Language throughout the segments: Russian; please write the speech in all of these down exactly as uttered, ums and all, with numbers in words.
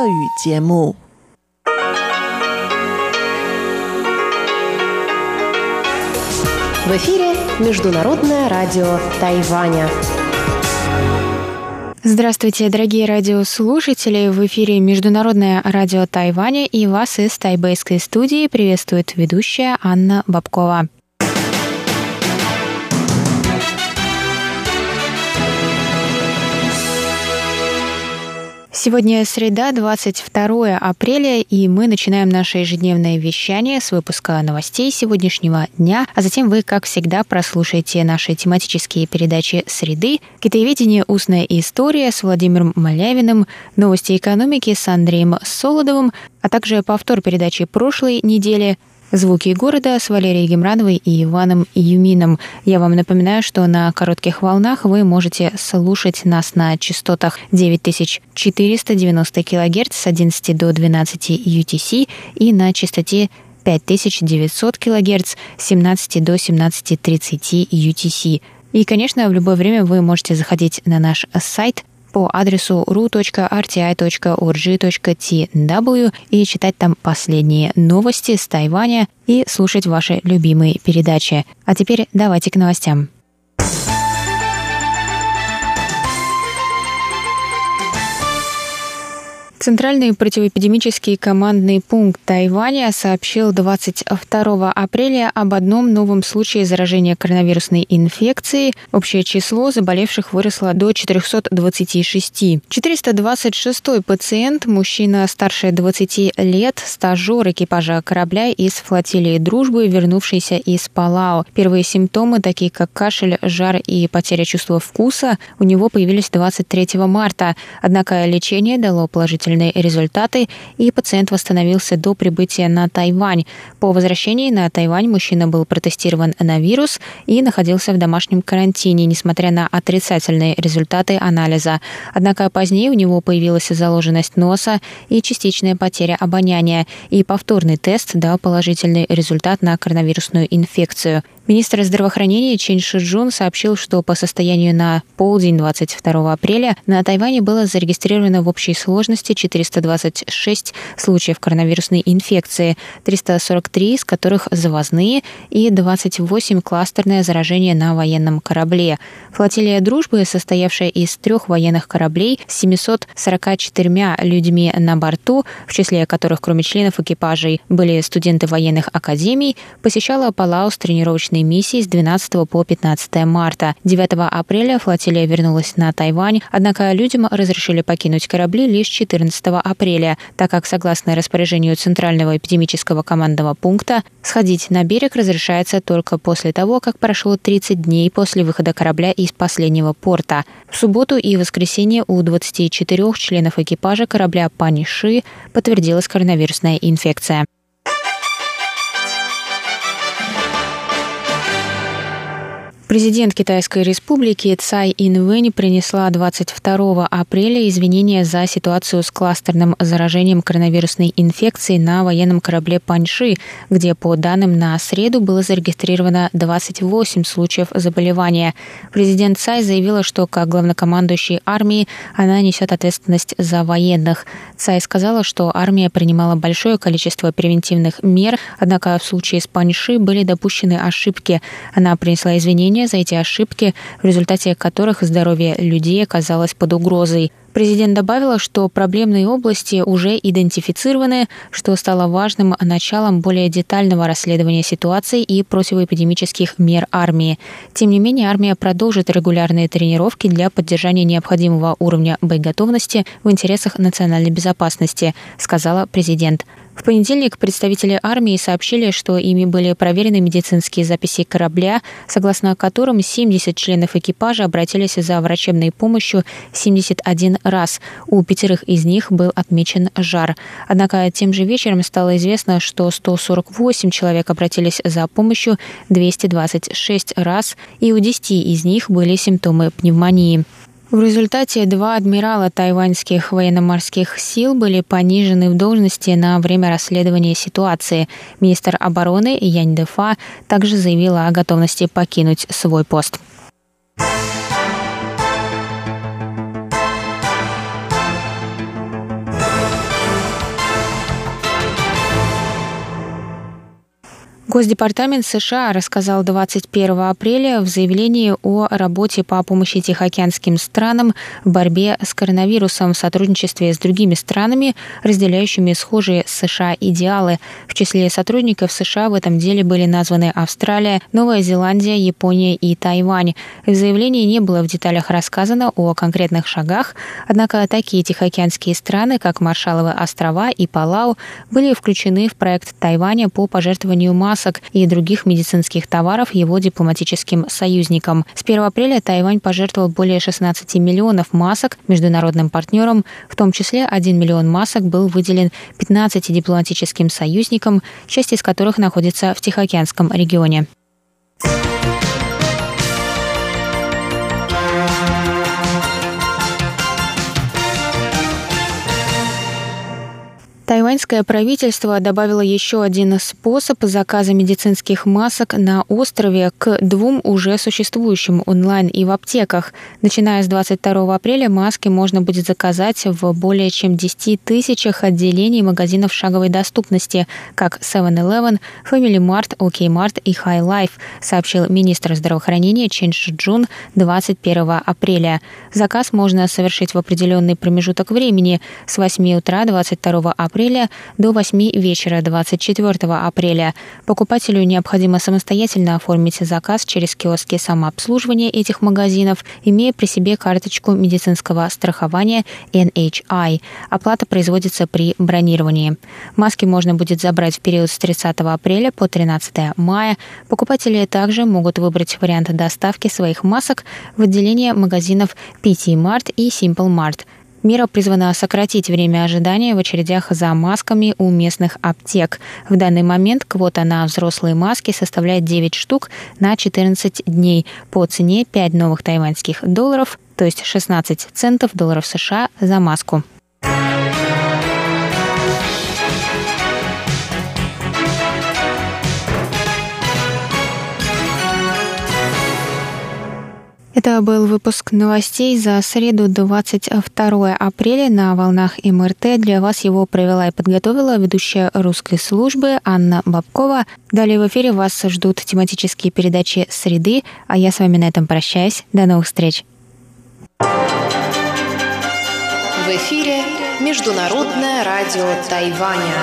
语节目。 В эфире Международное радио Тайваня. Здравствуйте, дорогие радиослушатели! В эфире Международное радио Тайваня, и вас из тайбэйской студии приветствует ведущая Анна Бабкова. Сегодня среда, двадцать второе апреля, и мы начинаем наше ежедневное вещание с выпуска новостей сегодняшнего дня, а затем вы, как всегда, прослушаете наши тематические передачи «Среды», «Китаеведение. Устная история» с Владимиром Малявиным, «Новости экономики» с Андреем Солодовым, а также повтор передачи прошлой недели «Звуки города» с Валерией Гемрановой и Иваном Юмином. Я вам напоминаю, что на коротких волнах вы можете слушать нас на частотах девять тысяч четыреста девяносто килогерц с одиннадцати до двенадцати ю ти си и на частоте пять тысяч девятьсот килогерц с семнадцати до семнадцати тридцати ю ти си. И, конечно, в любое время вы можете заходить на наш сайт по адресу ру точка ар ти ай точка о эр джи точка ти дабл ю и читать там последние новости с Тайваня и слушать ваши любимые передачи. А теперь давайте к новостям. Центральный противоэпидемический командный пункт Тайваня сообщил двадцать второго апреля об одном новом случае заражения коронавирусной инфекцией. Общее число заболевших выросло до четырехсот двадцати шести. четыреста двадцать шестой пациент, мужчина старше двадцати лет, стажер экипажа корабля из флотилии «Дружбы», вернувшийся из Палау. Первые симптомы, такие как кашель, жар и потеря чувства вкуса, у него появились двадцать третьего марта. Однако лечение дало положительные результаты, и пациент восстановился до прибытия на Тайвань. По возвращении на Тайвань мужчина был протестирован на вирус и находился в домашнем карантине, несмотря на отрицательные результаты анализа. Однако позднее у него появилась заложенность носа и частичная потеря обоняния, и повторный тест дал положительный результат на коронавирусную инфекцию. Министр здравоохранения Чен Шиджун сообщил, что по состоянию на полдень двадцать второго апреля на Тайване было зарегистрировано в общей сложности четыреста двадцать шесть случаев коронавирусной инфекции, триста сорок три из которых завозные и двадцать восемь кластерное заражение на военном корабле. Флотилия «Дружбы», состоявшая из трех военных кораблей с семисот сорока четырьмя людьми на борту, в числе которых, кроме членов экипажей, были студенты военных академий, посещала Палау с тренировочной миссии с двенадцатого по пятнадцатое марта. девятого апреля флотилия вернулась на Тайвань, однако людям разрешили покинуть корабли лишь четырнадцатого апреля, так как, согласно распоряжению Центрального эпидемического командного пункта, сходить на берег разрешается только после того, как прошло тридцать дней после выхода корабля из последнего порта. В субботу и воскресенье у двадцати четырёх членов экипажа корабля «Паньши» подтвердилась коронавирусная инфекция. Президент Китайской республики Цай Инвэнь принесла двадцать второго апреля извинения за ситуацию с кластерным заражением коронавирусной инфекцией на военном корабле «Паньши», где, по данным на среду, было зарегистрировано двадцать восемь случаев заболевания. Президент Цай заявила, что как главнокомандующий армии она несет ответственность за военных. Цай сказала, что армия принимала большое количество превентивных мер, однако в случае с «Паньши» были допущены ошибки. Она принесла извинения за эти ошибки, в результате которых здоровье людей оказалось под угрозой. Президент добавила, что проблемные области уже идентифицированы, что стало важным началом более детального расследования ситуации и противоэпидемических мер армии. Тем не менее, армия продолжит регулярные тренировки для поддержания необходимого уровня боеготовности в интересах национальной безопасности, сказала президент. В понедельник представители армии сообщили, что ими были проверены медицинские записи корабля, согласно которым семьдесят членов экипажа обратились за врачебной помощью семьдесят один раз. У пятерых из них был отмечен жар. Однако тем же вечером стало известно, что сто сорок восемь человек обратились за помощью двести двадцать шесть раз, и у десяти из них были симптомы пневмонии. В результате два адмирала тайваньских военно-морских сил были понижены в должности на время расследования ситуации. Министр обороны Янь Дэфа также заявила о готовности покинуть свой пост. Госдепартамент США рассказал двадцать первого апреля в заявлении о работе по помощи тихоокеанским странам в борьбе с коронавирусом в сотрудничестве с другими странами, разделяющими схожие с США идеалы. В числе сотрудников США в этом деле были названы Австралия, Новая Зеландия, Япония и Тайвань. В заявлении не было в деталях рассказано о конкретных шагах, однако такие тихоокеанские страны, как Маршалловы острова и Палау, были включены в проект Тайваня по пожертвованию масок и других медицинских товаров его дипломатическим союзникам. С первого апреля Тайвань пожертвовал более шестнадцати миллионов масок международным партнерам, в том числе один миллион масок был выделен пятнадцати дипломатическим союзникам, часть из которых находится в Тихоокеанском регионе. Тайваньское правительство добавило еще один способ заказа медицинских масок на острове к двум уже существующим онлайн и в аптеках. Начиная с двадцать второго апреля маски можно будет заказать в более чем десяти тысячах отделений магазинов шаговой доступности, как севен-Элевен, Family Mart, OK Mart и High Life, сообщил министр здравоохранения Чен Ши-Джун двадцать первого апреля. Заказ можно совершить в определенный промежуток времени с восьми утра двадцать второго апреля до восьми вечера двадцать четвёртого апреля. Покупателю необходимо самостоятельно оформить заказ через киоски самообслуживания этих магазинов, имея при себе карточку медицинского страхования эн эйч ай. Оплата производится при бронировании. Маски можно будет забрать в период с тридцатого апреля по тринадцатого мая. Покупатели также могут выбрать вариант доставки своих масок в отделение магазинов пи ти Mart и Simple Mart. Мера призвана сократить время ожидания в очередях за масками у местных аптек. В данный момент квота на взрослые маски составляет девять штук на четырнадцать дней по цене пять новых тайваньских долларов, то есть шестнадцать центов долларов США за маску. Это был выпуск новостей за среду, двадцать второго апреля на волнах эм эр тэ. Для вас его провела и подготовила ведущая русской службы Анна Бабкова. Далее в эфире вас ждут тематические передачи «Среды», а я с вами на этом прощаюсь. До новых встреч. В эфире Международное радио Тайваня.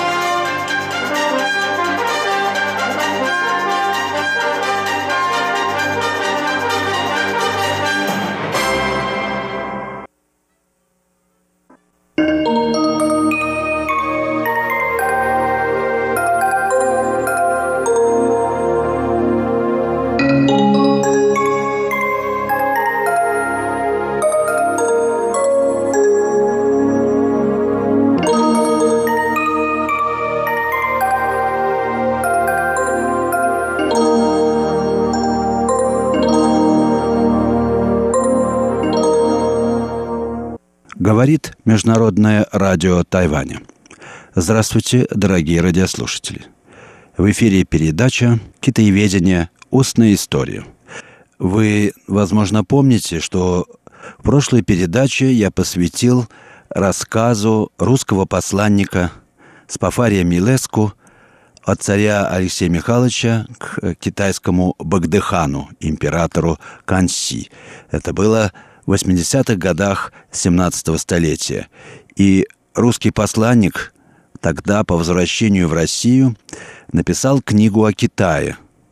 Говорит Международное радио Тайваня. Здравствуйте, дорогие радиослушатели. В эфире передача «Китаеведение. Устная история». Вы, возможно, помните, что в прошлой передаче я посвятил рассказу русского посланника Спафария Милеску от царя Алексея Михайловича к китайскому Богдыхану, императору Каньси. Это было в восьмидесятых годах семнадцатого столетия. И русский посланник тогда, по возвращению в Россию, написал книгу о Китае.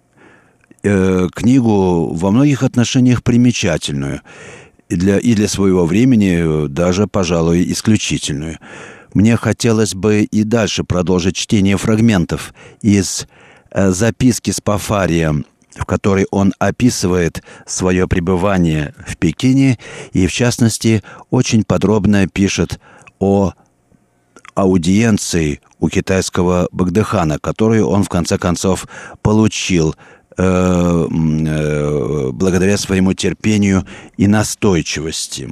Э, книгу во многих отношениях примечательную. И для, и для своего времени даже, пожалуй, исключительную. Мне хотелось бы и дальше продолжить чтение фрагментов из э, записки Спафария, в которой он описывает свое пребывание в Пекине и, в частности, очень подробно пишет о аудиенции у китайского Богдыхана, которую он, в конце концов, получил э, э, благодаря своему терпению и настойчивости.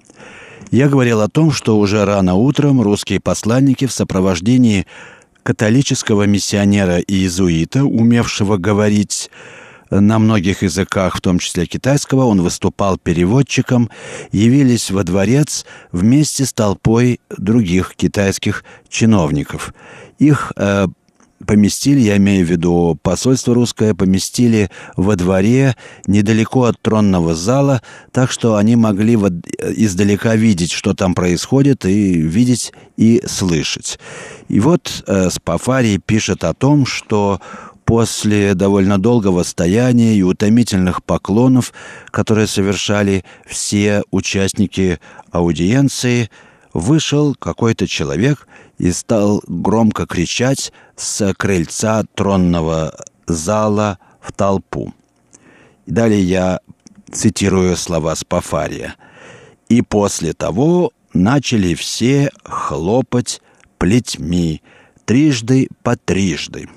Я говорил о том, что уже рано утром русские посланники в сопровождении католического миссионера и иезуита, умевшего говорить на многих языках, в том числе китайского, он выступал переводчиком, явились во дворец вместе с толпой других китайских чиновников. Их э, поместили, я имею в виду посольство русское, поместили во дворе недалеко от тронного зала, так что они могли вот издалека видеть, что там происходит, и видеть и слышать. И вот э, Спафарий пишет о том, что после довольно долгого стояния и утомительных поклонов, которые совершали все участники аудиенции, вышел какой-то человек и стал громко кричать с крыльца тронного зала в толпу. И далее я цитирую слова Спафария. «И после того начали все хлопать плетьми, трижды по трижды.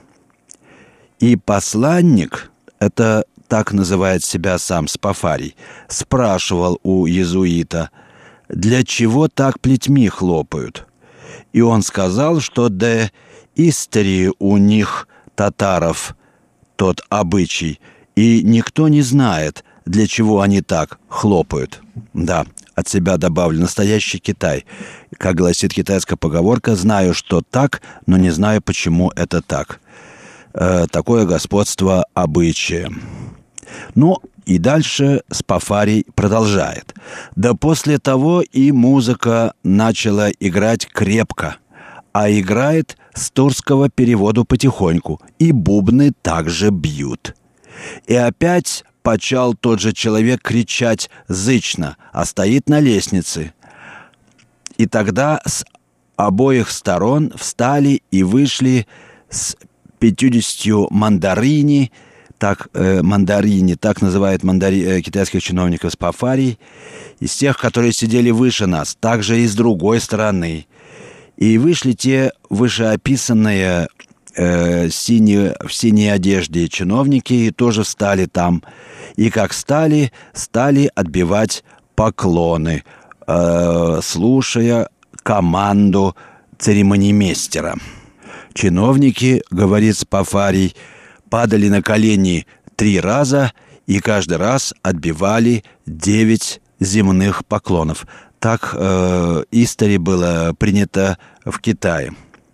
И посланник, это так называет себя сам Спафарий, спрашивал у иезуита, для чего так плетьми хлопают? И он сказал, что де истории у них, татаров, тот обычай, и никто не знает, для чего они так хлопают». Да, от себя добавлю, настоящий Китай. Как гласит китайская поговорка, знаю, что так, но не знаю, почему это так. Э, такое господство обычая. Ну, и дальше Спафарий продолжает. Да после того и музыка начала играть крепко, а играет с турского переводу потихоньку, и бубны также бьют. И опять почал тот же человек кричать зычно, а стоит на лестнице. И тогда с обоих сторон встали и вышли с пятьюдесятью мандарини, так, э, мандарини, так называют мандари, э, китайских чиновников Спафарий, из тех, которые сидели выше нас, также и с другой стороны. И вышли те вышеописанные э, синие, в синей одежде чиновники и тоже встали там. И как стали, стали отбивать поклоны, э, слушая команду церемонимейстера. Чиновники, говорит Спафарий, падали на колени три раза и каждый раз отбивали девять земных поклонов. Так э, истори было принято в Китае.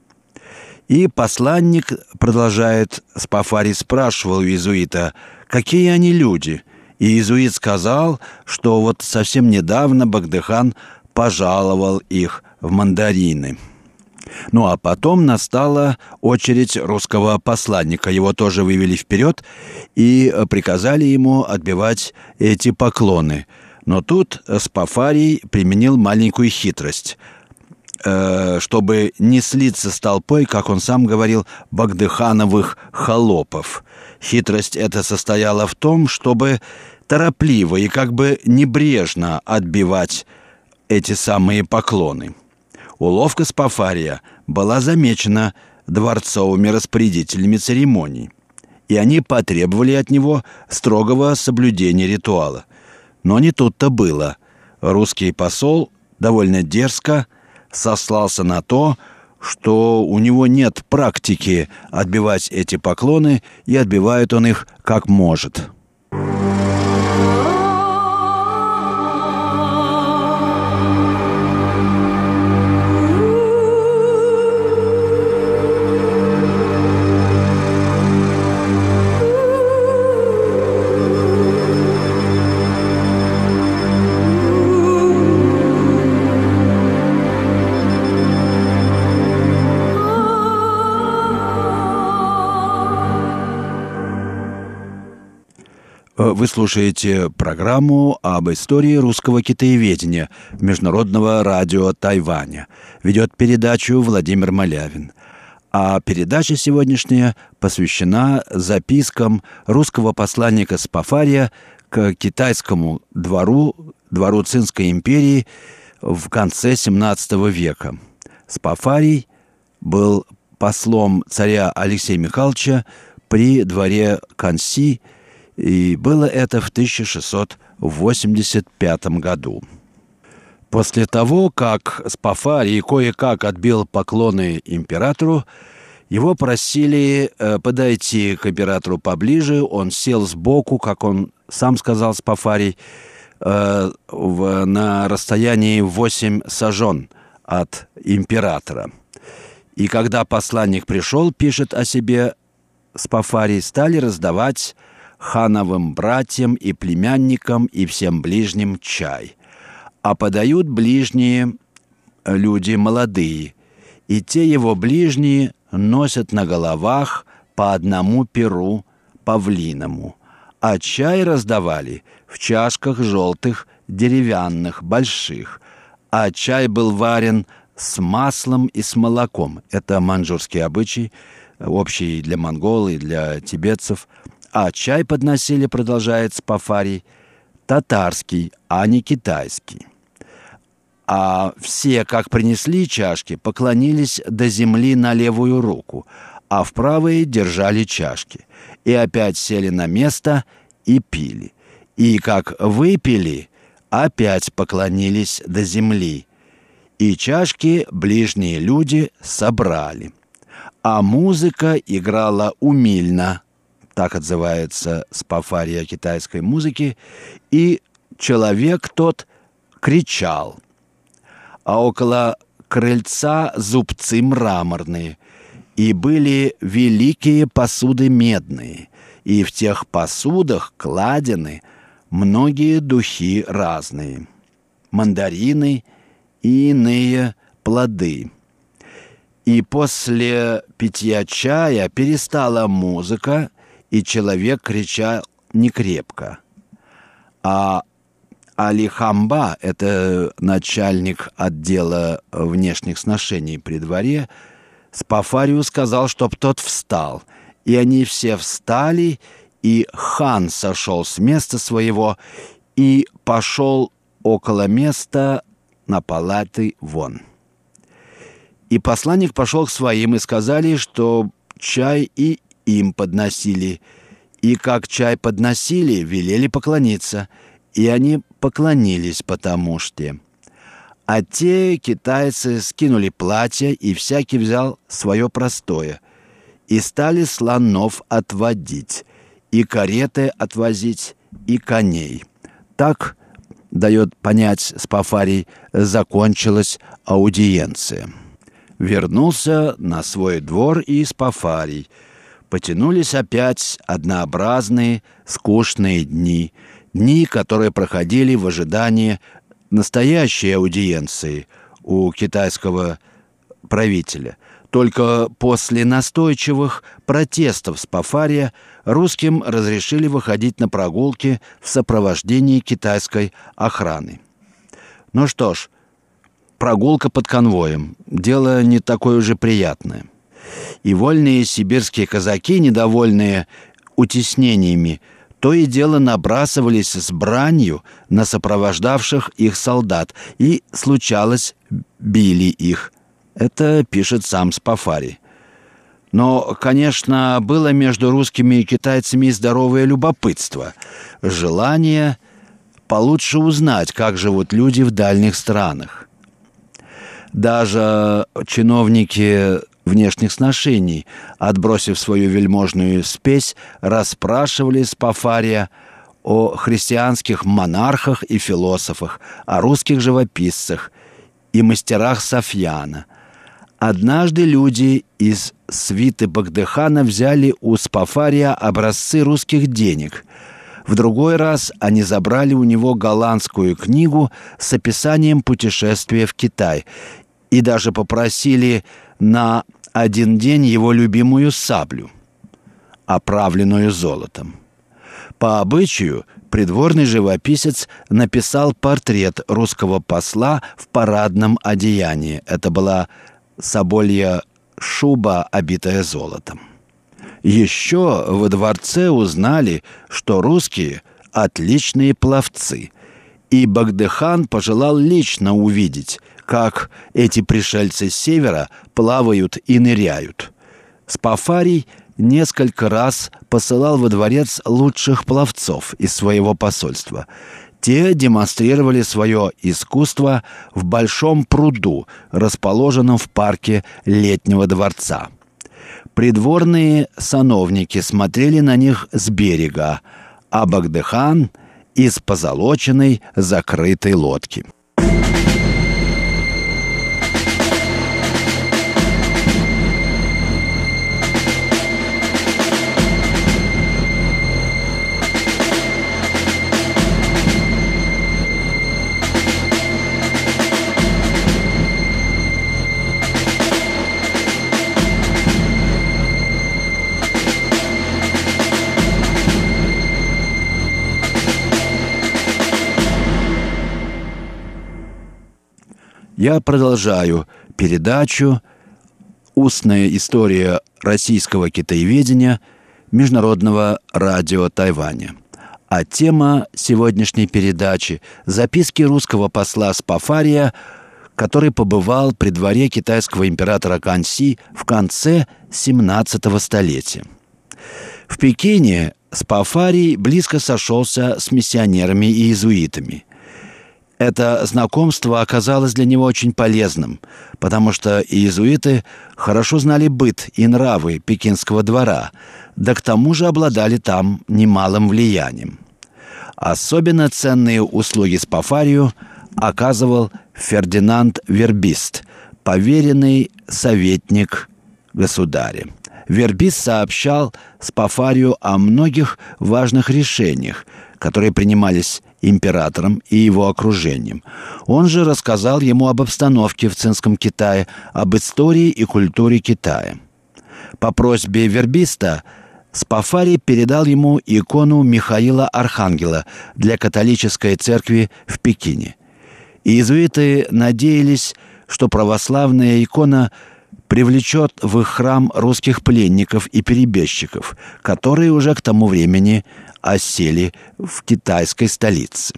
И посланник, продолжает Спафарий, спрашивал у иезуита, какие они люди. И иезуит сказал, что вот совсем недавно Богдыхан пожаловал их в мандарины. Ну а потом настала очередь русского посланника. Его тоже вывели вперед и приказали ему отбивать эти поклоны. Но тут Спафарий применил маленькую хитрость, чтобы не слиться с толпой, как он сам говорил, богдыхановых холопов. Хитрость эта состояла в том, чтобы торопливо и как бы небрежно отбивать эти самые поклоны. Уловка Спафария была замечена дворцовыми распорядителями церемоний, и они потребовали от него строгого соблюдения ритуала. Но не тут-то было. Русский посол довольно дерзко сослался на то, что у него нет практики отбивать эти поклоны, и отбивает он их как может. Вы слушаете программу об истории русского китаеведения Международного радио Тайваня. Ведет передачу Владимир Малявин. А передача сегодняшняя посвящена запискам русского посланника Спафария к китайскому двору, двору Цинской империи в конце семнадцатого века. Спафарий был послом царя Алексея Михайловича при дворе Канси, и было это в тысяча шестьсот восемьдесят пятом году. После того, как Спафарий кое-как отбил поклоны императору, его просили э, подойти к императору поближе. Он сел сбоку, как он сам сказал, Спафарий, э, в, на расстоянии восемь сажен от императора. И когда посланник пришел, пишет о себе Спафарий, стали раздавать хановым братьям и племянникам и всем ближним чай. А подают ближние люди молодые, и те его ближние носят на головах по одному перу павлиному, а чай раздавали в чашках желтых, деревянных, больших, а чай был варен с маслом и с молоком. Это маньчжурский обычай, общий для монголов и для тибетцев. А чай подносили, продолжает Спафарий, татарский, а не китайский. А все, как принесли чашки, поклонились до земли на левую руку, а в правой держали чашки. И опять сели на место и пили. И как выпили, опять поклонились до земли. И чашки ближние люди собрали. А музыка играла умильно, так отзывается Спафарий о китайской музыке, и человек тот кричал. А около крыльца зубцы мраморные, и были великие посуды медные, и в тех посудах кладены многие духи разные, мандарины и иные плоды. И после питья чая перестала музыка, и человек кричал некрепко. А Али-Хамба, это начальник отдела внешних сношений при дворе, Спафарию сказал, чтоб тот встал. И они все встали, и хан сошел с места своего и пошел около места на палаты вон. И посланник пошел к своим, и сказали, что чай и им подносили. И как чай подносили, велели поклониться. И они поклонились потому что. А те китайцы скинули платья, и всякий взял свое простое. И стали слонов отводить, и кареты отвозить, и коней. Так, дает понять Спафарий, закончилась аудиенция. Вернулся на свой двор и Спафарий. Потянулись опять однообразные, скучные дни, дни, которые проходили в ожидании настоящей аудиенции у китайского правителя. Только после настойчивых протестов Спафария русским разрешили выходить на прогулки в сопровождении китайской охраны. Ну что ж, прогулка под конвоем – дело не такое уже приятное. И вольные сибирские казаки, недовольные утеснениями, то и дело набрасывались с бранью на сопровождавших их солдат, и, случалось, били их. Это пишет сам Спафарий. Но, конечно, было между русскими и китайцами здоровое любопытство, желание получше узнать, как живут люди в дальних странах. Даже чиновники внешних сношений, отбросив свою вельможную спесь, расспрашивали Спафария о христианских монархах и философах, о русских живописцах и мастерах Софьяна. Однажды люди из свиты Багдыхана взяли у Спафария образцы русских денег. В другой раз они забрали у него голландскую книгу с описанием путешествия в Китай и даже попросили на один день его любимую саблю, оправленную золотом. По обычаю, придворный живописец написал портрет русского посла в парадном одеянии. Это была соболья шуба, обитая золотом. Еще во дворце узнали, что русские – отличные пловцы, и Багдыхан пожелал лично увидеть, как эти пришельцы с севера плавают и ныряют. Спафарий несколько раз посылал во дворец лучших пловцов из своего посольства. Те демонстрировали свое искусство в большом пруду, расположенном в парке Летнего дворца. Придворные сановники смотрели на них с берега, а Багдыхан – из позолоченной закрытой лодки. Я продолжаю передачу «Устная история российского китаеведения» Международного радио Тайваня. А тема сегодняшней передачи – записки русского посла Спафария, который побывал при дворе китайского императора Каньси в конце семнадцатого столетия. В Пекине Спафарий близко сошелся с миссионерами и иезуитами. Это знакомство оказалось для него очень полезным, потому что иезуиты хорошо знали быт и нравы пекинского двора, да к тому же обладали там немалым влиянием. Особенно ценные услуги Спафарию оказывал Фердинанд Вербист, поверенный советник государя. Вербист сообщал Спафарию о многих важных решениях, которые принимались императором и его окружением. Он же рассказал ему об обстановке в Цинском Китае, об истории и культуре Китая. По просьбе Вербиста Спафарий передал ему икону Михаила Архангела для католической церкви в Пекине. Иезуиты надеялись, что православная икона привлечет в их храм русских пленников и перебежчиков, которые уже к тому времени осели в китайской столице.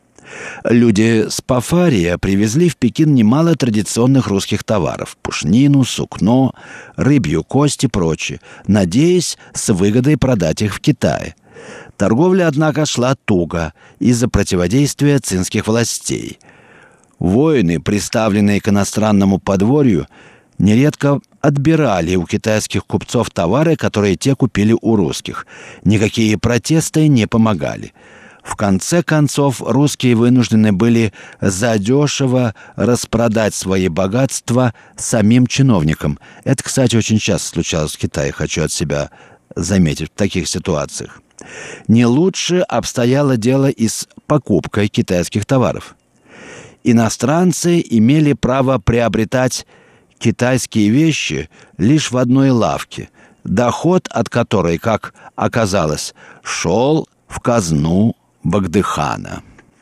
Люди Спафария привезли в Пекин немало традиционных русских товаров – пушнину, сукно, рыбью кость и прочее, надеясь с выгодой продать их в Китае. Торговля, однако, шла туго из-за противодействия цинских властей. Воины, приставленные к иностранному подворью, нередко отбирали у китайских купцов товары, которые те купили у русских. Никакие протесты не помогали. В конце концов, русские вынуждены были задешево распродать свои богатства самим чиновникам. Это, кстати, очень часто случалось в Китае, хочу от себя заметить в таких ситуациях. Не лучше обстояло дело и с покупкой китайских товаров. Иностранцы имели право приобретать китайские вещи лишь в одной лавке, доход от которой, как оказалось, шел в казну Багдыхана.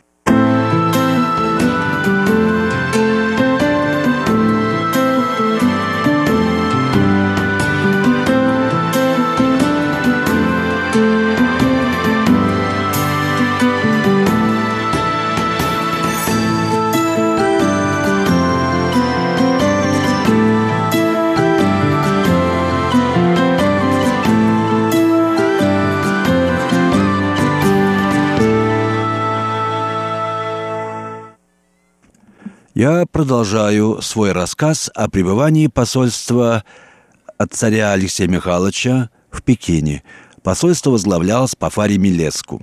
Я продолжаю свой рассказ о пребывании посольства от царя Алексея Михайловича в Пекине. Посольство возглавлял Спафарий Милеску.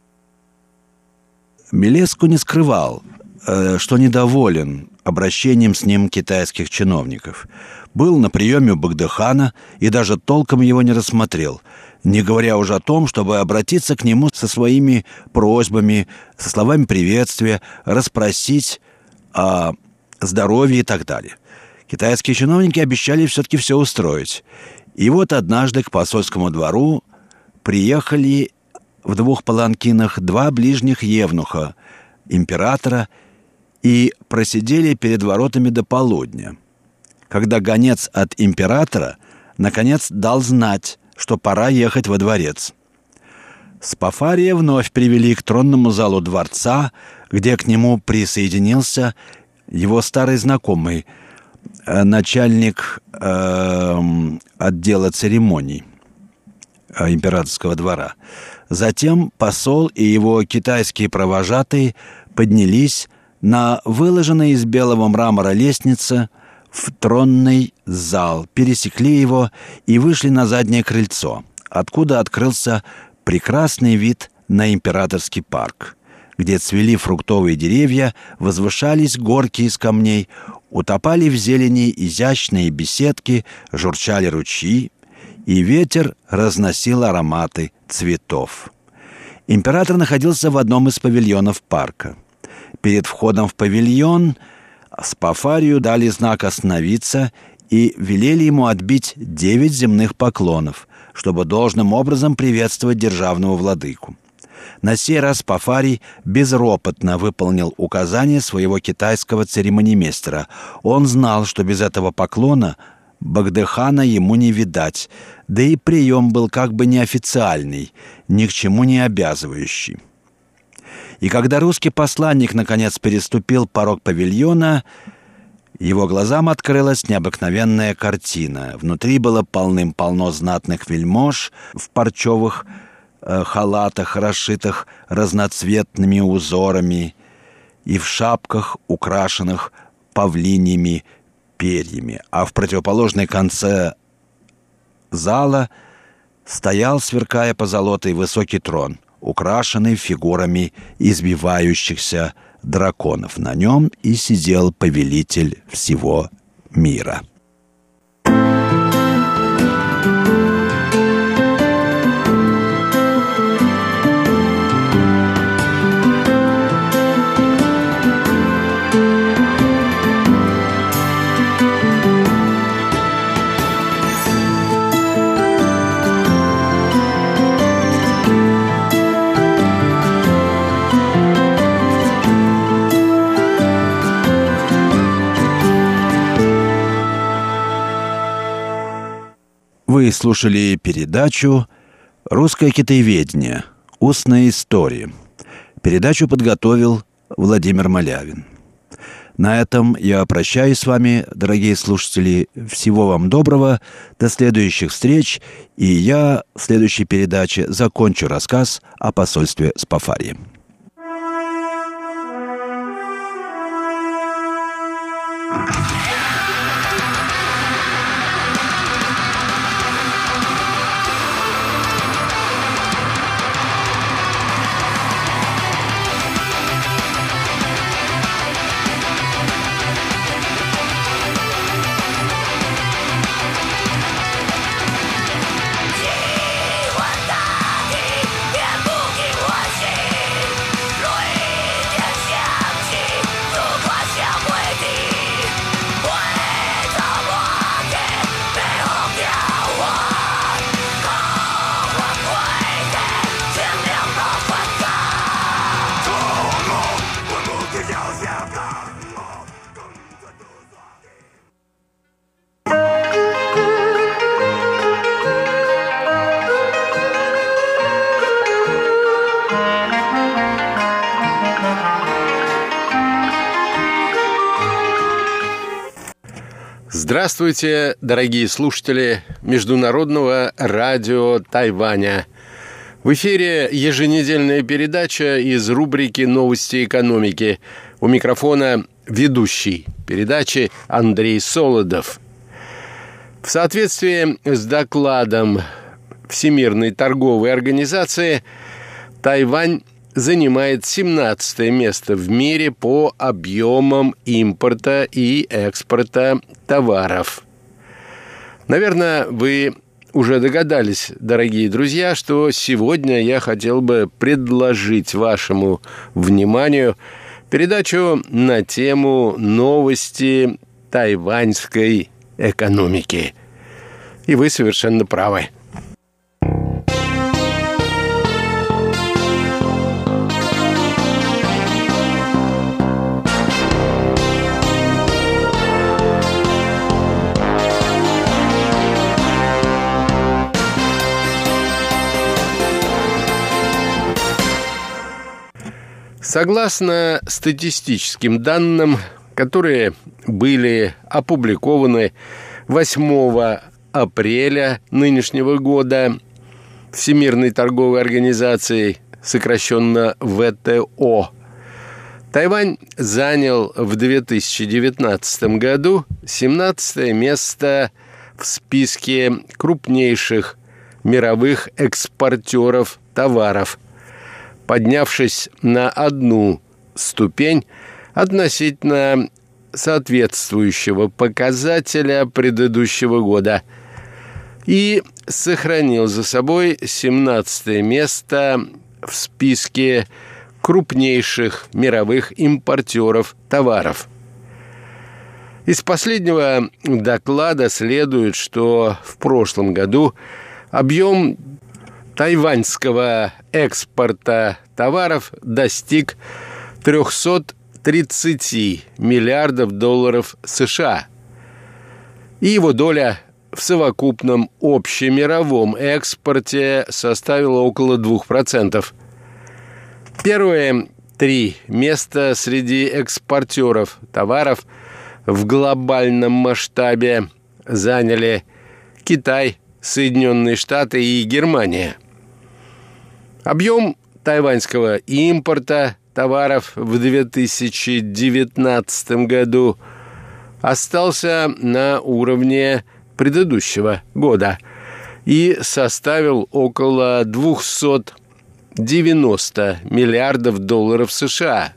Милеску не скрывал, что недоволен обращением с ним китайских чиновников. Был на приеме у Багдыхана и даже толком его не рассмотрел, не говоря уже о том, чтобы обратиться к нему со своими просьбами, со словами приветствия, расспросить о здоровье и так далее. Китайские чиновники обещали все-таки все устроить. И вот однажды к посольскому двору приехали в двух паланкинах два ближних евнуха императора и просидели перед воротами до полудня, когда гонец от императора наконец дал знать, что пора ехать во дворец. Спафария вновь привели к тронному залу дворца, где к нему присоединился его старый знакомый, начальник э, отдела церемоний э, императорского двора. Затем посол и его китайские провожатые поднялись на выложенной из белого мрамора лестнице в тронный зал, пересекли его и вышли на заднее крыльцо, откуда открылся прекрасный вид на императорский парк, где цвели фруктовые деревья, возвышались горки из камней, утопали в зелени изящные беседки, журчали ручьи, и ветер разносил ароматы цветов. Император находился в одном из павильонов парка. Перед входом в павильон Спафарию дали знак остановиться и велели ему отбить девять земных поклонов, чтобы должным образом приветствовать державного владыку. На сей раз Спафарий безропотно выполнил указание своего китайского церемонимейстера. Он знал, что без этого поклона Багдыхана ему не видать, да и прием был как бы неофициальный, ни к чему не обязывающий. И когда русский посланник наконец переступил порог павильона, его глазам открылась необыкновенная картина. Внутри было полным-полно знатных вельмож в парчевых э, халатах, расшитых разноцветными узорами, и в шапках, украшенных павлиньими перьями. А в противоположной конце зала стоял, сверкая позолотой, высокий трон, украшенный фигурами избивающихся драконов. На нем и сидел повелитель всего мира. Вы слушали передачу «Русское китаеведение. Устная история». Передачу подготовил Владимир Малявин. На этом я прощаюсь с вами, дорогие слушатели. Всего вам доброго, до следующих встреч. И я в следующей передаче закончу рассказ о посольстве Спафария. Здравствуйте, дорогие слушатели Международного радио Тайваня. В эфире еженедельная передача из рубрики «Новости экономики». У микрофона ведущий передачи Андрей Солодов. В соответствии с докладом Всемирной торговой организации, Тайвань занимает семнадцатое место в мире по объемам импорта и экспорта товаров. Наверное, вы уже догадались, дорогие друзья, что сегодня я хотел бы предложить вашему вниманию передачу на тему новости тайваньской экономики. И вы совершенно правы. Согласно статистическим данным, которые были опубликованы восьмого апреля нынешнего года Всемирной торговой организацией, сокращенно вэ тэ о, Тайвань занял в две тысячи девятнадцатом году семнадцатое место в списке крупнейших мировых экспортеров товаров, поднявшись на одну ступень относительно соответствующего показателя предыдущего года и сохранил за собой семнадцатое место в списке крупнейших мировых импортеров товаров. Из последнего доклада следует, что в прошлом году объем тайваньского экспорта товаров достиг триста тридцать миллиардов долларов США. И его доля в совокупном общемировом экспорте составила около двух процентов. Первые три места среди экспортеров товаров в глобальном масштабе заняли Китай, Соединенные Штаты и Германия. Объем тайваньского импорта товаров в две тысячи девятнадцатом году остался на уровне предыдущего года и составил около двести девяносто миллиардов долларов США.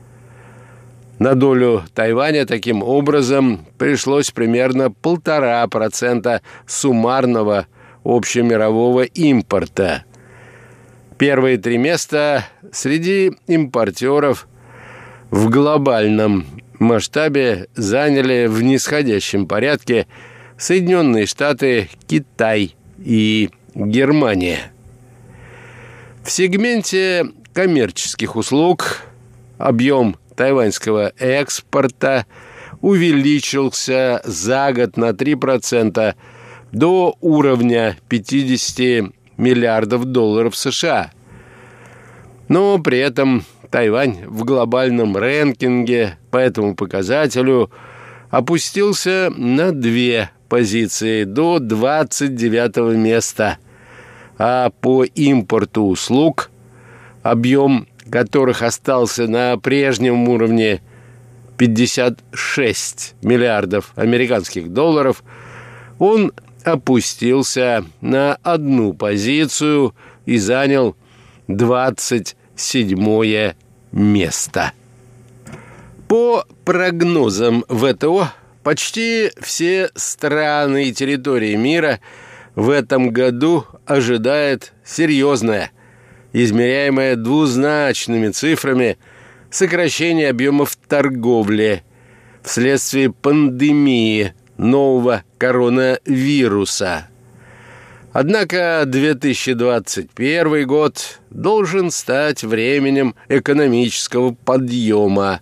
На долю Тайваня таким образом пришлось примерно полтора процента суммарного общемирового импорта. Первые три места среди импортеров в глобальном масштабе заняли в нисходящем порядке Соединенные Штаты, Китай и Германия. В сегменте коммерческих услуг объем тайваньского экспорта увеличился за год на три процента до уровня пятьдесят миллиардов долларов США. Но при этом Тайвань в глобальном рэнкинге по этому показателю опустился на две позиции до двадцать девятого места, а по импорту услуг, объем которых остался на прежнем уровне пятьдесят шесть миллиардов американских долларов, он опустился на одну позицию и занял двадцать седьмое место. По прогнозам ВТО, почти все страны и территории мира в этом году ожидает серьезное, измеряемое двузначными цифрами, сокращение объемов торговли вследствие пандемии нового коронавируса. Однако две тысячи двадцать первый год должен стать временем экономического подъема.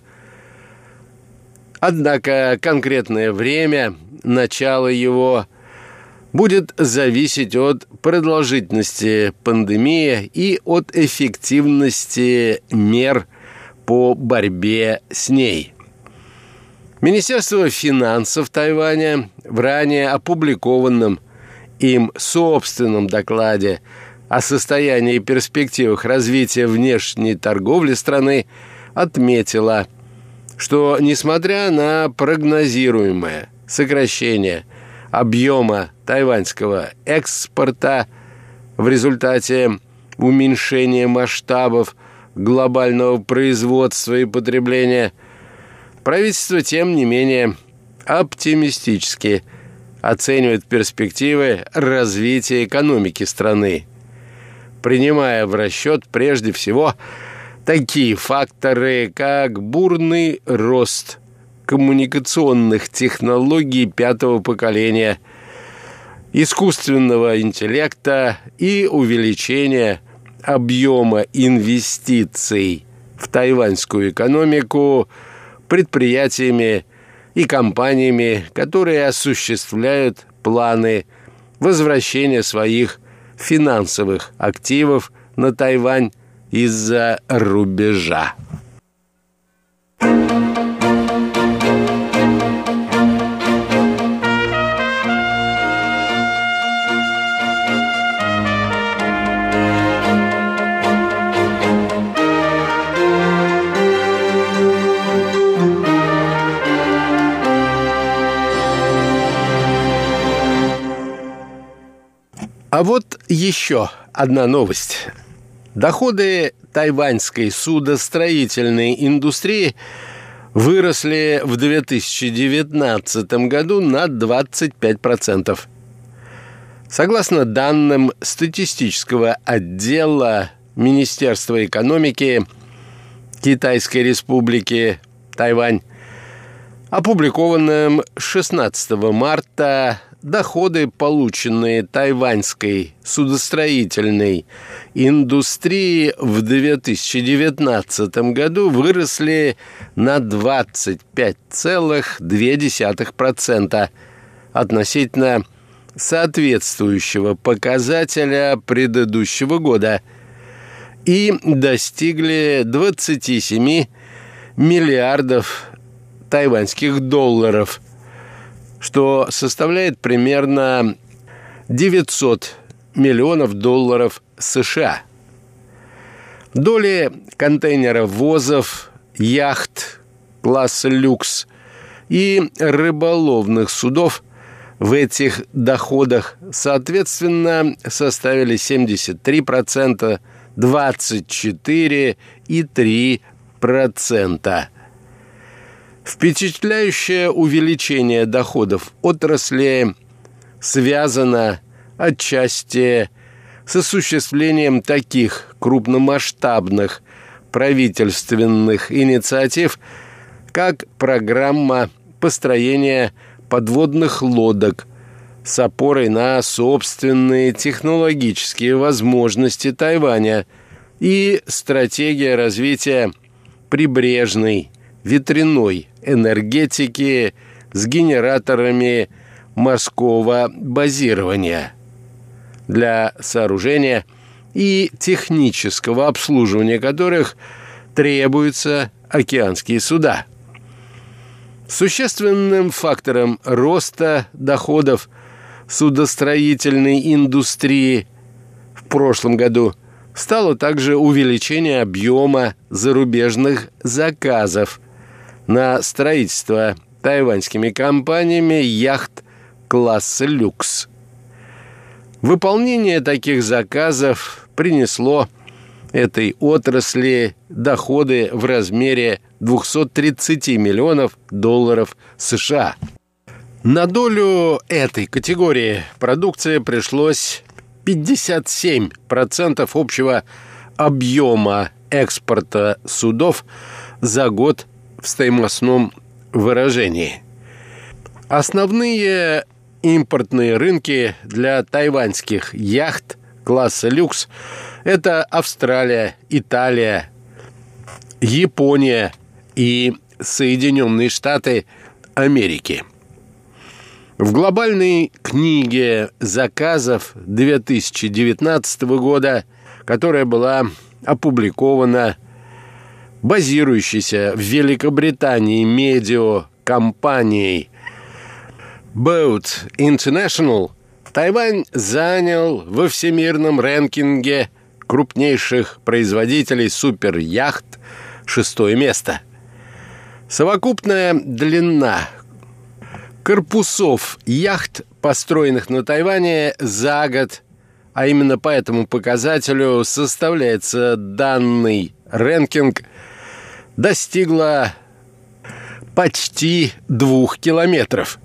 Однако конкретное время начала его будет зависеть от продолжительности пандемии и от эффективности мер по борьбе с ней. Министерство финансов Тайваня в ранее опубликованном им собственном докладе о состоянии и перспективах развития внешней торговли страны отметило, что, несмотря на прогнозируемое сокращение объема тайваньского экспорта в результате уменьшения масштабов глобального производства и потребления, правительство, тем не менее, оптимистически оценивает перспективы развития экономики страны, принимая в расчет прежде всего такие факторы, как бурный рост коммуникационных технологий пятого поколения, искусственного интеллекта и увеличение объема инвестиций в тайваньскую экономику предприятиями и компаниями, которые осуществляют планы возвращения своих финансовых активов на Тайвань из-за рубежа. А вот еще одна новость. Доходы тайваньской судостроительной индустрии выросли в две тысячи девятнадцатом году на двадцать пять процентов. Согласно данным статистического отдела Министерства экономики Китайской Республики Тайвань, опубликованным шестнадцатого марта доходы, полученные тайваньской судостроительной индустрией в две тысячи девятнадцатом году, выросли на двадцать пять целых две десятых процента относительно соответствующего показателя предыдущего года и достигли двадцати семи миллиардов тайваньских долларов, что составляет примерно девятьсот миллионов долларов США. Доли контейнеровозов, яхт класса люкс и рыболовных судов в этих доходах, соответственно, составили семьдесят три процента, двадцать четыре процента и три процента. Впечатляющее увеличение доходов отрасли связано отчасти с осуществлением таких крупномасштабных правительственных инициатив, как программа построения подводных лодок с опорой на собственные технологические возможности Тайваня и стратегия развития прибрежной ветряной энергетики с генераторами морского базирования для сооружения и технического обслуживания которых требуются океанские суда. Существенным фактором роста доходов судостроительной индустрии в прошлом году стало также увеличение объема зарубежных заказов на строительство тайваньскими компаниями яхт класса люкс. Выполнение таких заказов принесло этой отрасли доходы в размере двухсот тридцати миллионов долларов США. На долю этой категории продукции пришлось пятьдесят семь процентов общего объема экспорта судов за год в стоимостном выражении. Основные импортные рынки для тайваньских яхт класса люкс – это Австралия, Италия, Япония и Соединенные Штаты Америки. В глобальной книге заказов две тысячи девятнадцатого года, которая была опубликована базирующейся в Великобритании медиакомпанией Boat International, Тайвань занял во всемирном рэнкинге крупнейших производителей суперяхт шестое место. Совокупная длина корпусов яхт, построенных на Тайване за год, а именно по этому показателю составляется данный рэнкинг, достигла почти двух километров.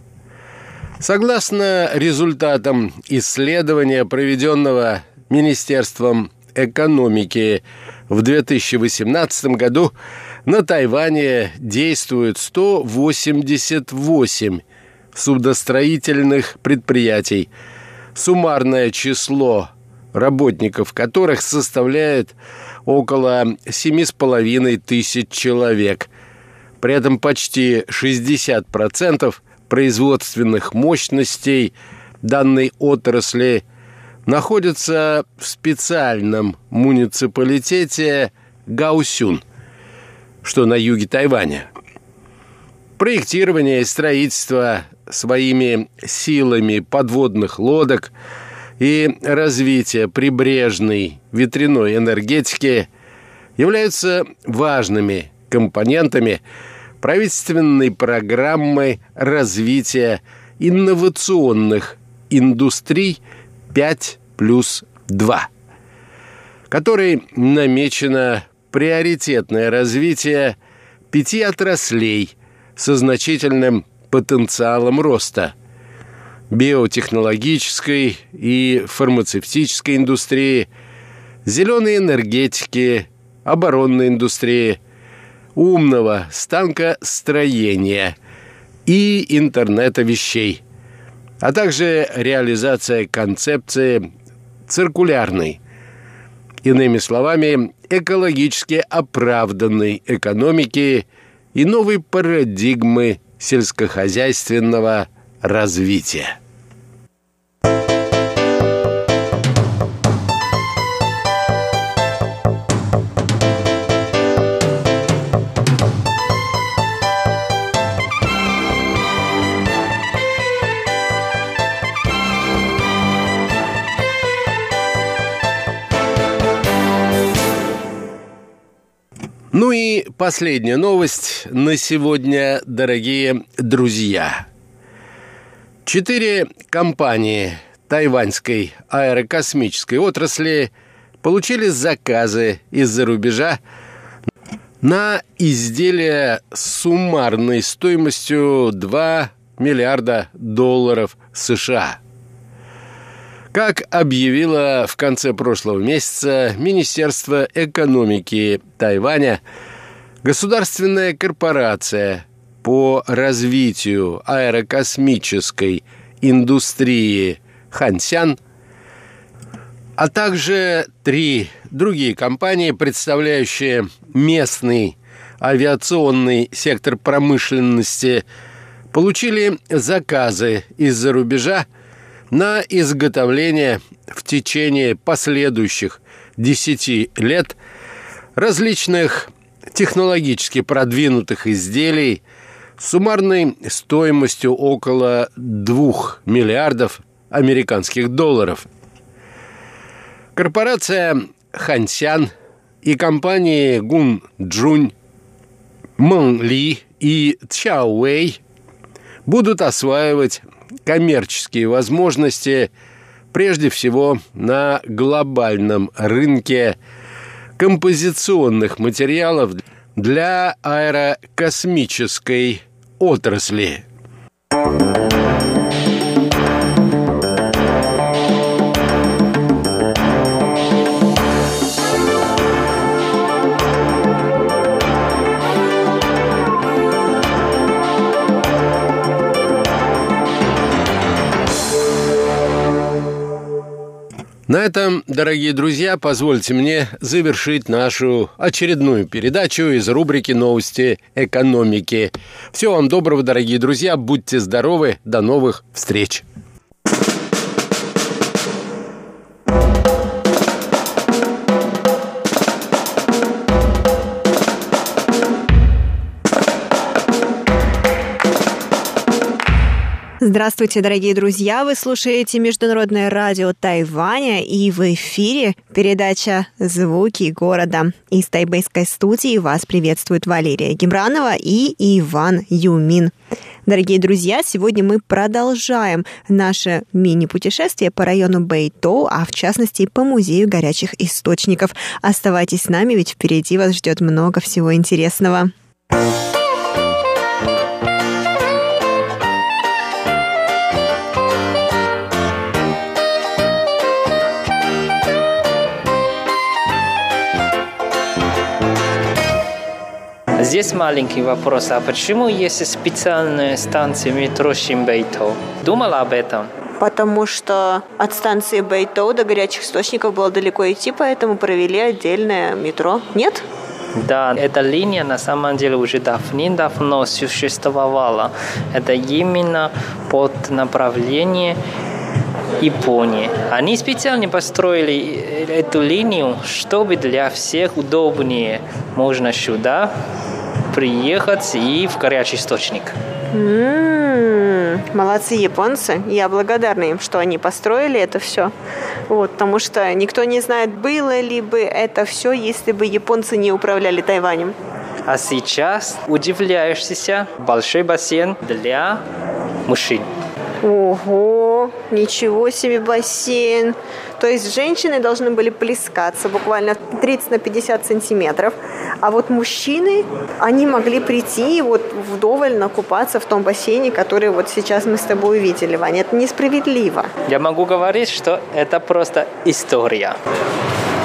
Согласно результатам исследования, проведенного Министерством экономики в две тысячи восемнадцатом году, на Тайване действует сто восемьдесят восемь судостроительных предприятий, суммарное число работников которых составляет около семи с половиной тысяч человек. При этом почти шестьдесят процентов производственных мощностей данной отрасли находятся в специальном муниципалитете Гаосюн, что на юге Тайваня. Проектирование и строительство своими силами подводных лодок и развитие прибрежной ветряной энергетики являются важными компонентами правительственной программы развития инновационных индустрий пять плюс два, которой намечено приоритетное развитие пяти отраслей со значительным потенциалом роста: биотехнологической и фармацевтической индустрии, зеленой энергетики, оборонной индустрии, умного станкостроения и интернета вещей, а также реализация концепции циркулярной, иными словами, экологически оправданной экономики и новой парадигмы сельскохозяйственного развития. Ну и последняя новость на сегодня, дорогие друзья. Четыре компании тайваньской аэрокосмической отрасли получили заказы из-за рубежа на изделия с суммарной стоимостью два миллиарда долларов США. Как объявило в конце прошлого месяца Министерство экономики Тайваня, государственная корпорация по развитию аэрокосмической индустрии Хансян, а также три другие компании, представляющие местный авиационный сектор промышленности, получили заказы из-за рубежа на изготовление в течение последующих десяти лет различных технологически продвинутых изделий с суммарной стоимостью около двух миллиардов американских долларов. Корпорация Хансян и компании Гунчжунь, Мэнли и Цяовэй будут осваивать коммерческие возможности прежде всего на глобальном рынке композиционных материалов для аэрокосмической отрасли. На этом, дорогие друзья, позвольте мне завершить нашу очередную передачу из рубрики «Новости экономики». Всего вам доброго, дорогие друзья, будьте здоровы, до новых встреч! Здравствуйте, дорогие друзья! Вы слушаете Международное радио Тайваня, и в эфире передача «Звуки города». Из тайбэйской студии вас приветствуют Валерия Гемранова и Иван Юмин. Дорогие друзья, сегодня мы продолжаем наше мини-путешествие по району Бэйтоу, а в частности по музею горячих источников. Оставайтесь с нами, ведь впереди вас ждет много всего интересного. Здесь маленький вопрос. А почему есть специальная станция метро Бэйтоу? Думала об этом? Потому что от станции Бэйтоу до горячих источников было далеко идти, поэтому провели отдельное метро. Нет? Да, эта линия на самом деле уже давным-давно существовала. Это именно под направление Японии. Они специально построили эту линию, чтобы для всех удобнее можно сюда приехать и в горячий источник. М-м-м, молодцы японцы. Я благодарна им, что они построили это все. Вот, потому что никто не знает, было ли бы это все, если бы японцы не управляли Тайванем. А сейчас удивляешься, большой бассейн для мужчин. Ого, ничего себе бассейн. То есть женщины должны были плескаться буквально тридцать на пятьдесят сантиметров, а вот мужчины, они могли прийти и вот вдоволь накупаться в том бассейне, который вот сейчас мы с тобой увидели, Ваня. Это несправедливо. Я могу говорить, что это просто история.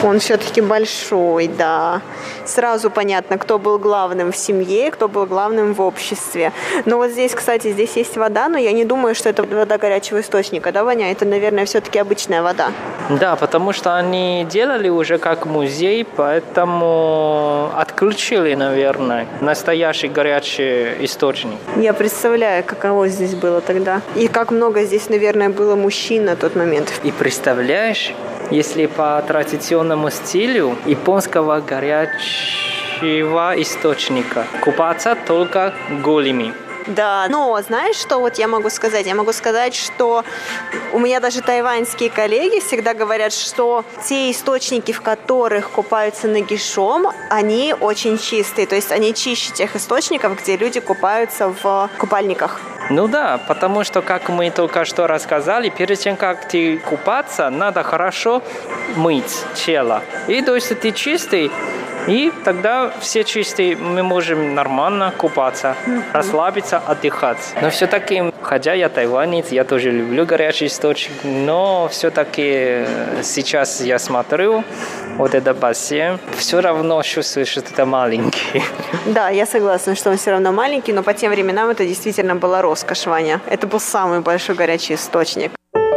Он все-таки большой, да. Сразу понятно, кто был главным в семье, кто был главным в обществе. Но вот здесь, кстати, здесь есть вода, но я не думаю, что это вода горячего источника, да, Ваня? Это, наверное, все-таки обычная вода. Да, потому что они делали уже как музей, поэтому отключили, наверное, настоящий горячий источник. Я представляю, каково здесь было тогда. И как много здесь, наверное, было мужчин на тот момент. И представляешь, если по традиционному стилю японского горячего источника купаться только голыми. Да, но знаешь, что вот я могу сказать? Я могу сказать, что у меня даже тайваньские коллеги всегда говорят, что те источники, в которых купаются нагишом, они очень чистые. То есть они чище тех источников, где люди купаются в купальниках. Ну да, потому что, как мы только что рассказали, перед тем, как ты купаться, надо хорошо мыть тело. И то есть ты чистый, и тогда все чистые, мы можем нормально купаться, mm-hmm. расслабиться, отдыхать. Но все-таки, хотя я тайванец, я тоже люблю горячий источник, но все-таки сейчас я смотрю, вот это бассейн, все равно чувствую, что это маленький. Да, я согласна, что он все равно маленький, но по тем временам это действительно была роскошь, Ваня. Это был самый большой горячий источник.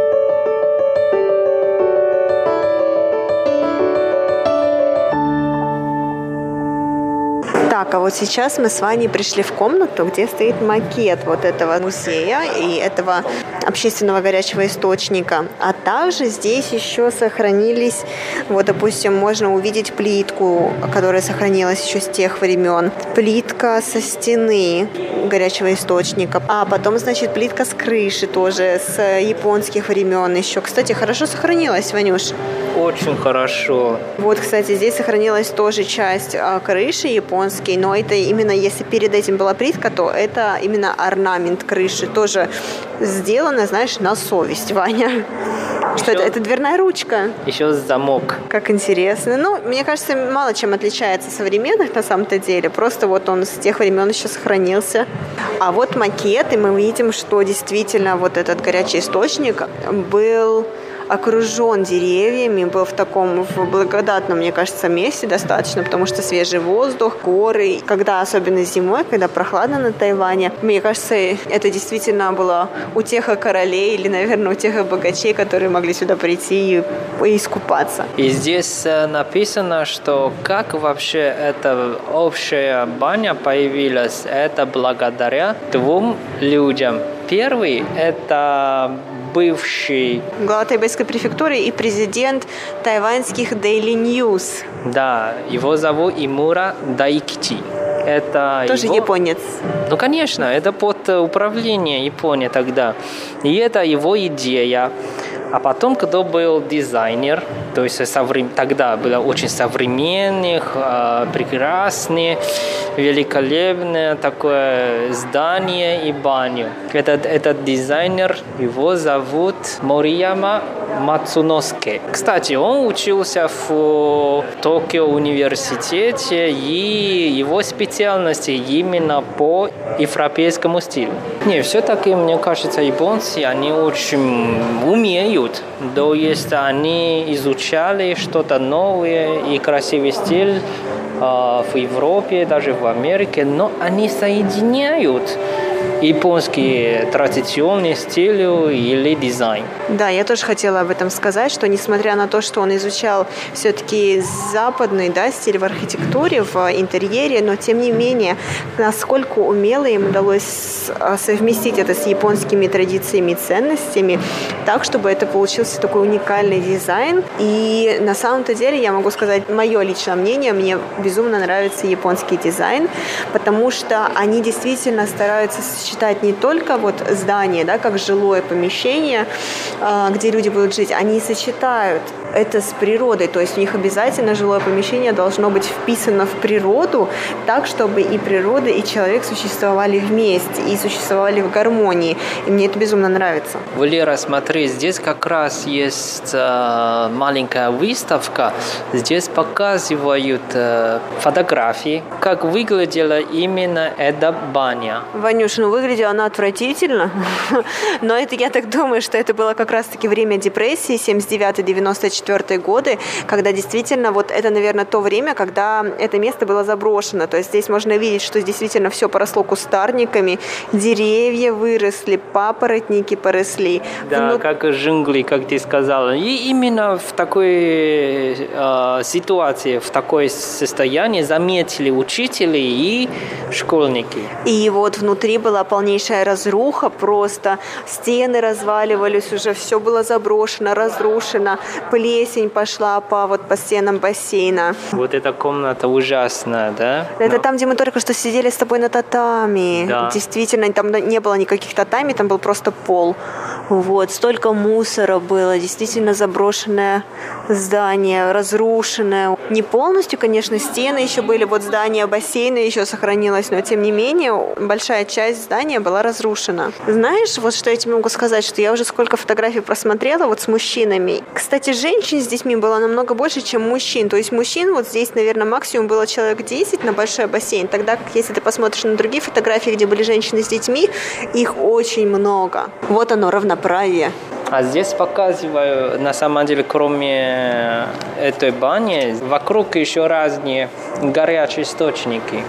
Так, а вот сейчас мы с Ваней пришли в комнату, где стоит макет вот этого музея и этого общественного горячего источника. А также здесь еще сохранились, вот, допустим, можно увидеть плитку, которая сохранилась еще с тех времен. Плитка со стены горячего источника. А потом, значит, плитка с крыши тоже, с японских времен еще. Кстати, хорошо сохранилась, Ванюш? Очень хорошо. Вот, кстати, здесь сохранилась тоже часть а, крыши японской, но это именно, если перед этим была плитка, то это именно орнамент крыши, тоже сделано, знаешь, на совесть, Ваня. Что это? Это дверная ручка. Еще замок. Как интересно. Ну, мне кажется, мало чем отличается от современных на самом-то деле. Просто вот он с тех времен еще сохранился. А вот макет, и мы видим, что действительно вот этот горячий источник был окружен деревьями, был в таком в благодатном, мне кажется, месте достаточно, потому что свежий воздух, горы. Когда, особенно зимой, когда прохладно на Тайване, мне кажется, это действительно была утеха королей или, наверное, утеха богачей, которые могли сюда прийти и, и искупаться. И здесь написано, что как вообще эта общая баня появилась, это благодаря двум людям. Первый – это бывший глава Тайбэйской префектуры и президент тайваньских Daily News. Да, его зовут Имура Дайкичи. Это тоже его... японец. Ну, конечно, это под управление Японии тогда. И это его идея. А потом, кто был дизайнер, то есть соврем... тогда было очень современных, прекрасных, великолепное такое здание и баню. Этот, этот дизайнер, его зовут Морияма Мацуноске. Кстати, он учился в Токио университете, и его специальность именно по европейскому стилю. Не, все-таки, мне кажется, японцы, они очень умеют. То есть они изучали что-то новое и красивый стиль э, в Европе, даже в Америке, но они соединяют японские традиционные стили или дизайн. Да, я тоже хотела об этом сказать, что несмотря на то, что он изучал все-таки западный, да, стиль в архитектуре, в интерьере, но тем не менее, насколько умело им удалось совместить это с японскими традициями и ценностями, так, чтобы это получился такой уникальный дизайн. И на самом-то деле, я могу сказать, мое личное мнение, мне безумно нравится японский дизайн, потому что они действительно стараются сочетать не только вот здание, да, как жилое помещение, где люди будут жить, они сочетают это с природой, то есть у них обязательно жилое помещение должно быть вписано в природу так, чтобы и природа, и человек существовали вместе, и существовали в гармонии. И мне это безумно нравится. Валера, смотри, здесь как раз есть э, маленькая выставка, здесь показывают э, фотографии, как выглядела именно эта баня. Ванюш, ну выглядела она отвратительно, но это, я так думаю, что это было как раз-таки время депрессии, семьдесят девятый — девяносто четвёртый годы, когда действительно вот это, наверное, то время, когда это место было заброшено. То есть здесь можно видеть, что действительно все поросло кустарниками, деревья выросли, папоротники поросли. Да, Внут... как джунгли, как ты сказала. И именно в такой э, ситуации, в такое состояние заметили учителя и школьники. И вот внутри была полнейшая разруха, просто стены разваливались, уже все было заброшено, разрушено, плесень пошла по, вот, по стенам бассейна. Вот эта комната ужасная, да? Это Но... там, где мы только что сидели с тобой на татами. Да. Действительно, там не было никаких татами, там был просто пол. Вот, столько мусора было, действительно заброшенное здание, разрушенное. Не полностью, конечно, стены еще были, вот здание бассейна еще сохранилось, но тем не менее большая часть здания была разрушена. Знаешь, вот что я тебе могу сказать, что я уже сколько фотографий просмотрела вот с мужчинами. Кстати, женщин с детьми было намного больше, чем мужчин. То есть мужчин вот здесь, наверное, максимум было человек десять на большой бассейн. Тогда, как если ты посмотришь на другие фотографии, где были женщины с детьми, их очень много. Вот оно, равноправие. А здесь показываю, на самом деле, кроме этой бани, вокруг еще разные горячие источники.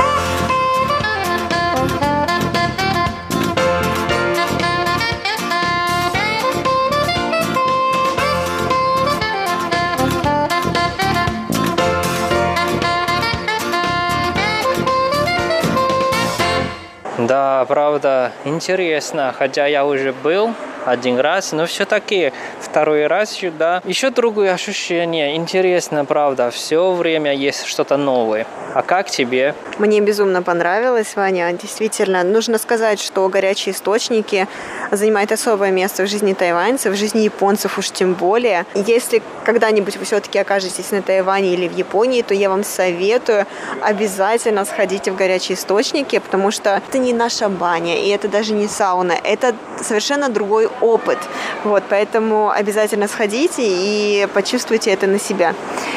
Да, правда, интересно, хотя я уже был один раз, но все-таки второй раз сюда. Еще другое ощущение, интересно, правда, все время есть что-то новое. А как тебе? Мне безумно понравилось, Ваня. Действительно, нужно сказать, что горячие источники занимают особое место в жизни тайваньцев, в жизни японцев уж тем более. Если когда-нибудь вы все-таки окажетесь на Тайване или в Японии, то я вам советую обязательно сходите в горячие источники, потому что это не наша баня, и это даже не сауна, это совершенно другой опыт. Вот, поэтому обязательно сходите и почувствуйте это на себя.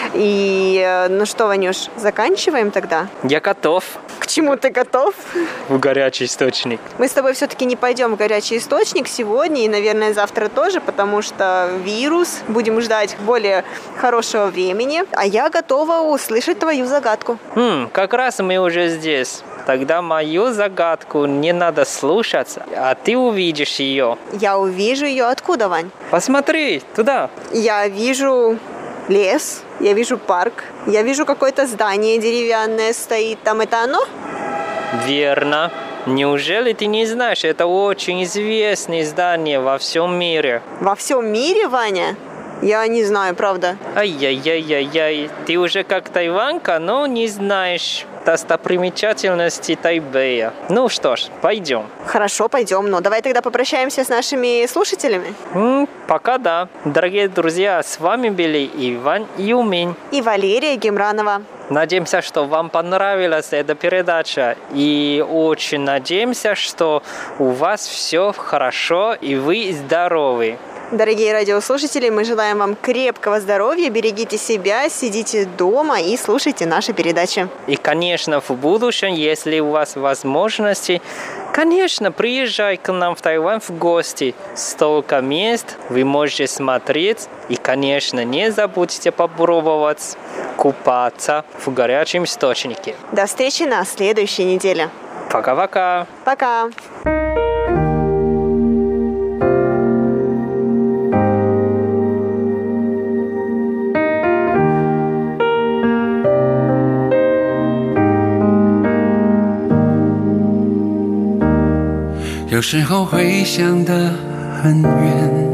И, ну что, Ванюш, заканчиваем тогда? Я готов. К чему ты готов? В горячий источник. Мы с тобой все-таки не пойдем в горячий источник сегодня и, наверное, завтра тоже, потому что вирус. Будем ждать более хорошего времени. А я готова услышать твою загадку. Хм, как раз мы уже здесь. Тогда мою загадку не надо слушать, а ты увидишь ее. Я увижу ее откуда, Вань? Посмотри, туда. Я вижу лес, я вижу парк, я вижу какое-то здание деревянное стоит. Там это оно? Верно. Неужели ты не знаешь, это очень известное здание во всем мире. Во всем мире, Ваня? Я не знаю, правда. Ай-яй-яй-яй-яй. Ты уже как тайванька, но не знаешь достопримечательности Тайбэя. Ну что ж, пойдем. Хорошо, пойдем. Но давай тогда попрощаемся с нашими слушателями. М, пока да. Дорогие друзья, с вами были Иван Юмин и Валерия Гемранова. Надеемся, что вам понравилась эта передача. И очень надеемся, что у вас все хорошо и вы здоровы. Дорогие радиослушатели, мы желаем вам крепкого здоровья, берегите себя, сидите дома и слушайте наши передачи. И, конечно, в будущем, если у вас возможности, конечно, приезжай к нам в Тайвань в гости. Столько мест вы можете смотреть. И, конечно, не забудьте попробовать купаться в горячем источнике. До встречи на следующей неделе. Пока-пока. Пока. 有时候会想得很远，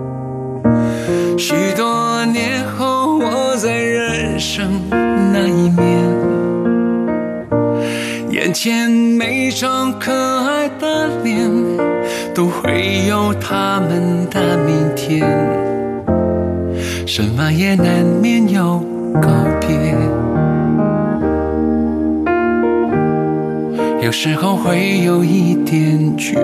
许多年后我在人生那一面，眼前每张可爱的脸都会有他们的明天，什么也难免有告别，有时候会有一点倦，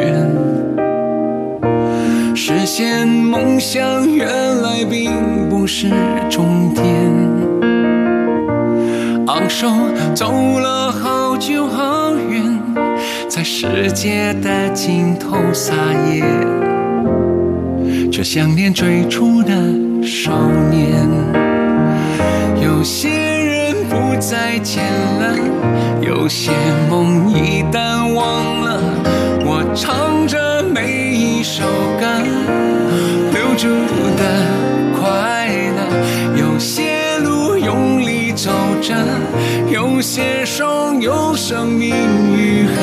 实现梦想原来并不是终点， 昂首走了好久好远，在世界的尽头撒野，却想念最初的少年。有些人不再见了，有些梦一旦忘了，我唱着每一首歌留住的快乐。有些路用力走着，有些伤有生命愈合，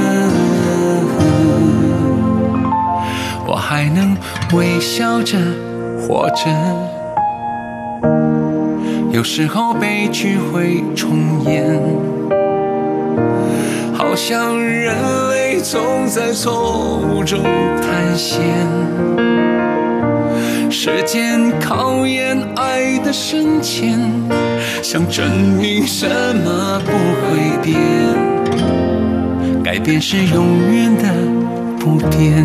我还能微笑着活着。有时候悲剧会重演，好像人类总在错误中探险。时间考验爱的深浅，想证明什么不会变，改变是永远的不变。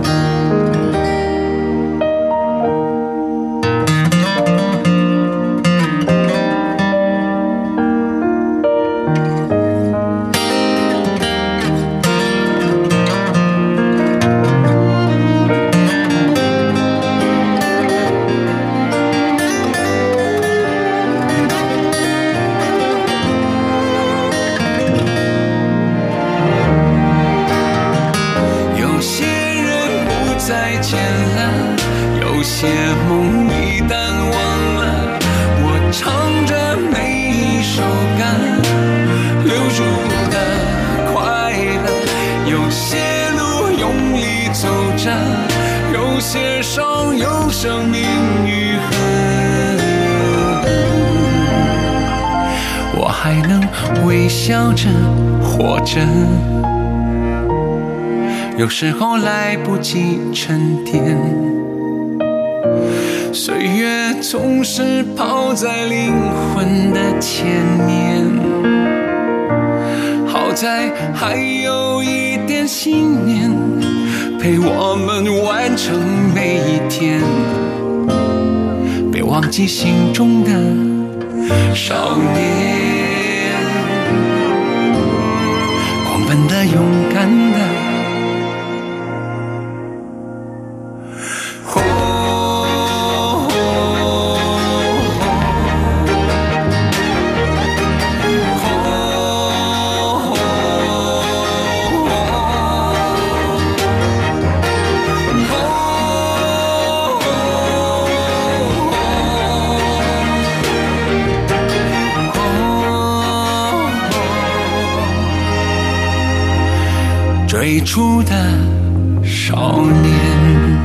有些伤有生命愈合，我还能微笑着活着。有时候来不及沉淀，岁月总是跑在灵魂的前面。好在还有一点信念，陪我们完成每一天，别忘记心中的少年，狂奔的勇敢的最初的少年。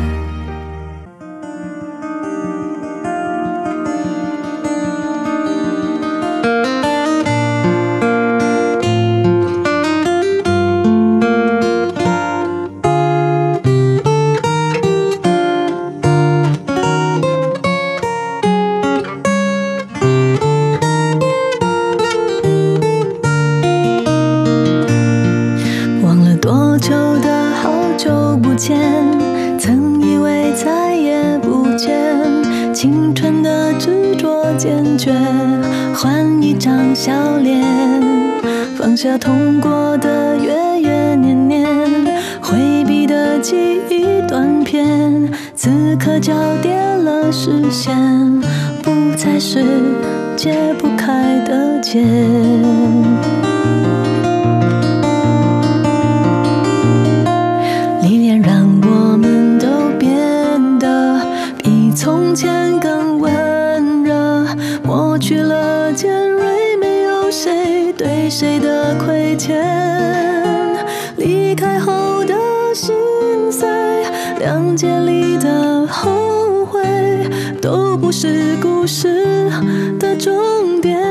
曾以为再也不见青春的执着坚决，换一张笑脸，放下痛过的月月年年，回避的记忆断片，此刻交叠了视线，不再是解不开的结。从前更温热，抹去了尖锐，没有谁对谁的亏欠。离开后的心碎，两界里的后悔，都不是故事的终点。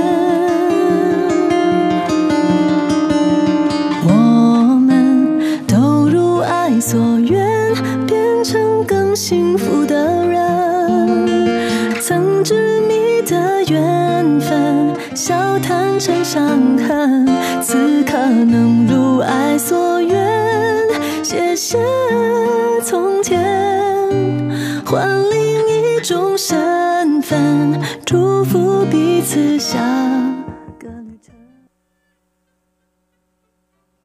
我们都如爱所愿，变成更幸福的人。曾执迷的缘分，笑谈成伤痕，此刻能如爱所愿，谢谢从前，换另一种身份，祝福彼此相